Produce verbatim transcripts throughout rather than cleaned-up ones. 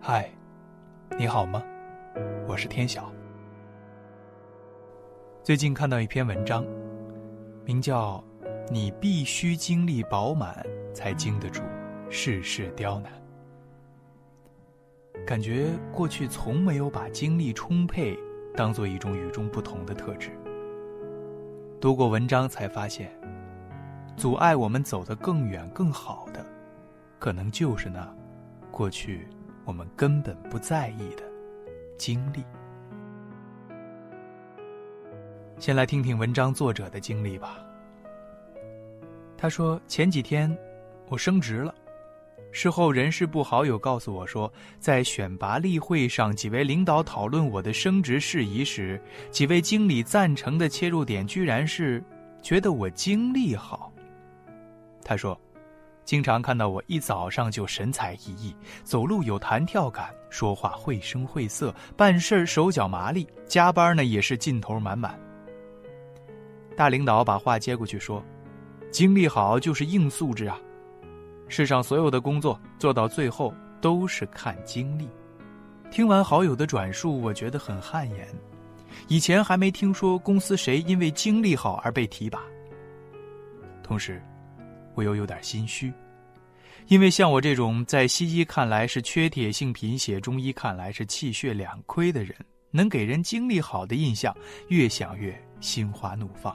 嗨，你好吗？我是天晓。最近看到一篇文章，名叫《你必须经历饱满，才经得住世事刁难》。感觉过去从没有把精力充沛当做一种与众不同的特质。读过文章才发现，阻碍我们走得更远更好的，可能就是那过去我们根本不在意的经历。先来听听文章作者的经历吧。他说，前几天我升职了，事后人事部好友告诉我说，在选拔例会上，几位领导讨论我的升职事宜时，几位经理赞成的切入点居然是觉得我精力好。他说，经常看到我一早上就神采奕奕，走路有弹跳感，说话绘声绘色，办事手脚麻利，加班呢也是劲头满满。大领导把话接过去说，精力好就是硬素质啊，世上所有的工作做到最后都是看精力。听完好友的转述，我觉得很汗颜，以前还没听说公司谁因为精力好而被提拔。同时我又有点心虚，因为像我这种在西医看来是缺铁性贫血，中医看来是气血两亏的人，能给人精力好的印象，越想越心花怒放。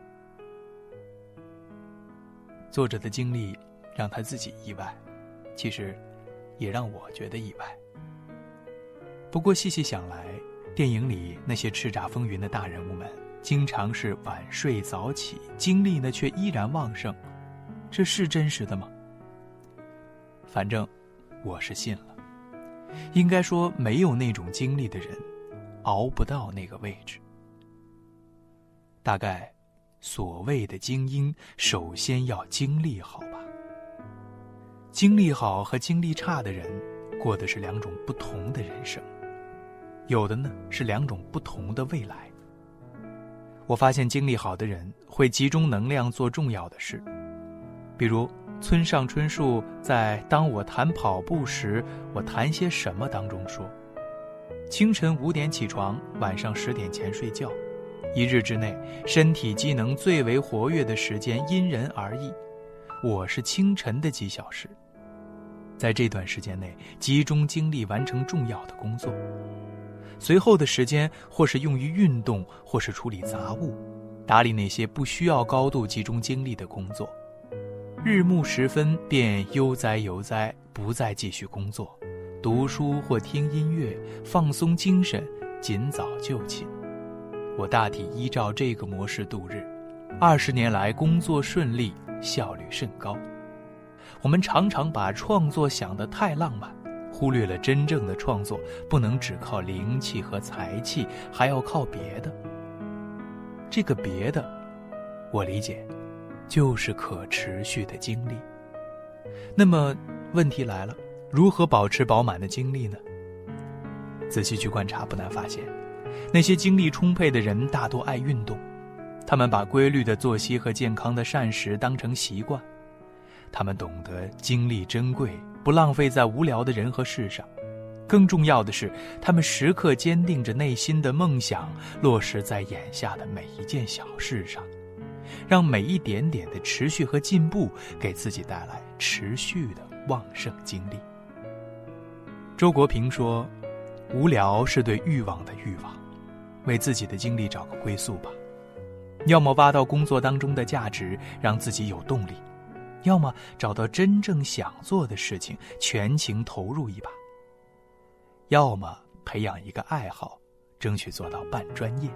作者的经历让他自己意外，其实也让我觉得意外。不过细细想来，电影里那些叱咤风云的大人物们经常是晚睡早起，精力呢却依然旺盛，这是真实的吗？反正我是信了。应该说，没有那种经历的人熬不到那个位置。大概所谓的精英，首先要精力好吧。精力好和精力差的人过的是两种不同的人生，有的呢是两种不同的未来。我发现精力好的人会集中能量做重要的事，比如村上春树在《当我谈跑步时，我谈些什么》当中说，清晨五点起床，晚上十点前睡觉，一日之内身体机能最为活跃的时间因人而异，我是清晨的几小时，在这段时间内集中精力完成重要的工作，随后的时间或是用于运动，或是处理杂物，打理那些不需要高度集中精力的工作。日暮时分便悠哉悠哉，不再继续工作，读书或听音乐，放松精神，尽早就寝。我大体依照这个模式度日，二十年来工作顺利，效率甚高。我们常常把创作想得太浪漫，忽略了真正的创作不能只靠灵气和才气，还要靠别的。这个别的，我理解就是可持续的精力。那么问题来了，如何保持饱满的精力呢？仔细去观察，不难发现，那些精力充沛的人大多爱运动，他们把规律的作息和健康的膳食当成习惯，他们懂得精力珍贵，不浪费在无聊的人和事上。更重要的是，他们时刻坚定着内心的梦想，落实在眼下的每一件小事上，让每一点点的持续和进步给自己带来持续的旺盛精力。周国平说，无聊是对欲望的欲望，为自己的精力找个归宿吧。要么挖到工作当中的价值，让自己有动力，要么找到真正想做的事情，全情投入一把，要么培养一个爱好，争取做到半专业。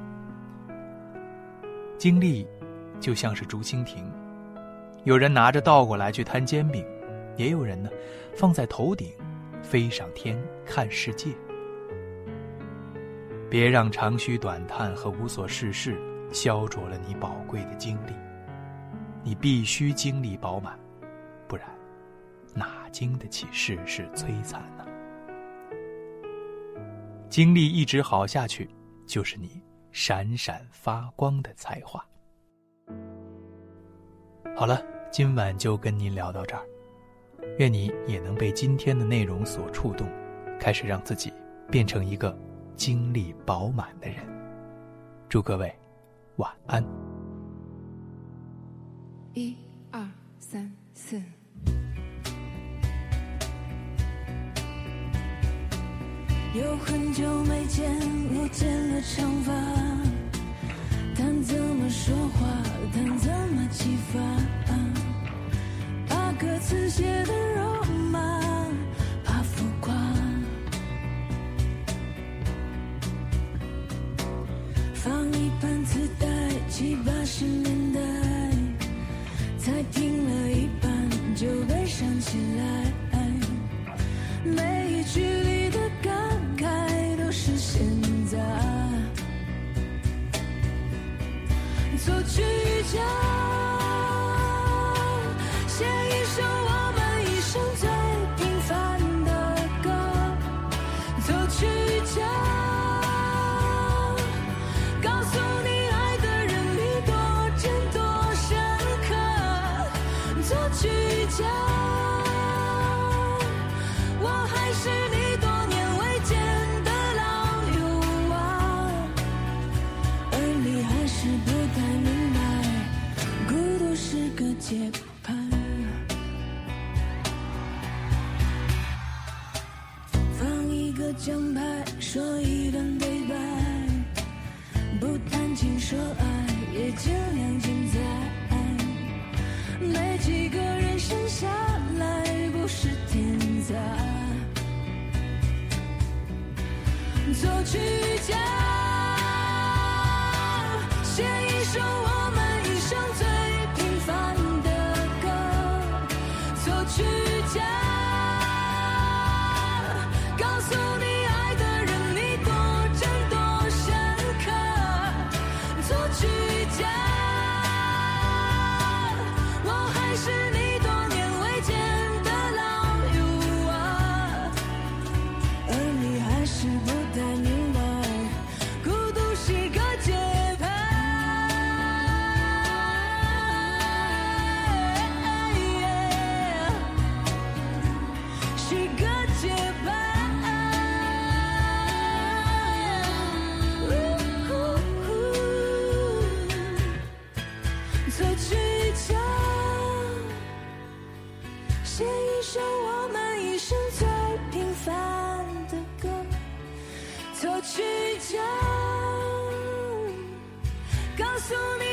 精力就像是竹蜻蜓，有人拿着倒过来去摊煎饼，也有人呢放在头顶飞上天看世界。别让长吁短叹和无所事事消灼了你宝贵的精力，你必须精力饱满，不然哪经得起世事摧残呢？精力一直好下去，就是你闪闪发光的才华。好了，今晚就跟您聊到这儿，愿你也能被今天的内容所触动， 开始让自己变成一个精力饱满的人。祝各位晚安。 一二三四，有很久没见，我剪了长发，谈怎么说话，谈怎么启发，把歌词写的肉麻，怕浮夸，放一盘磁带，七八十年代，才听了一半就悲伤起来，每一句里的感慨都是现在。作曲家写一首我们一生最平凡的歌，作曲家告诉你爱的人你多真多深刻，作曲家我还是你多年未见的老友啊，而你还是不太明白，孤独是个节拍。放一个奖牌，说一段对白，不谈情说爱，也尽量精彩。没几个人生下来不是天才。作曲家写一首我们一生最平凡的歌，作曲家告诉你爱的人你多真多深刻，作曲家我还是你多年未见的老友啊，而你还是不太明白，孤独是个节拍，是个节拍。作曲家写一首我们一生最平凡的歌，作曲家告诉你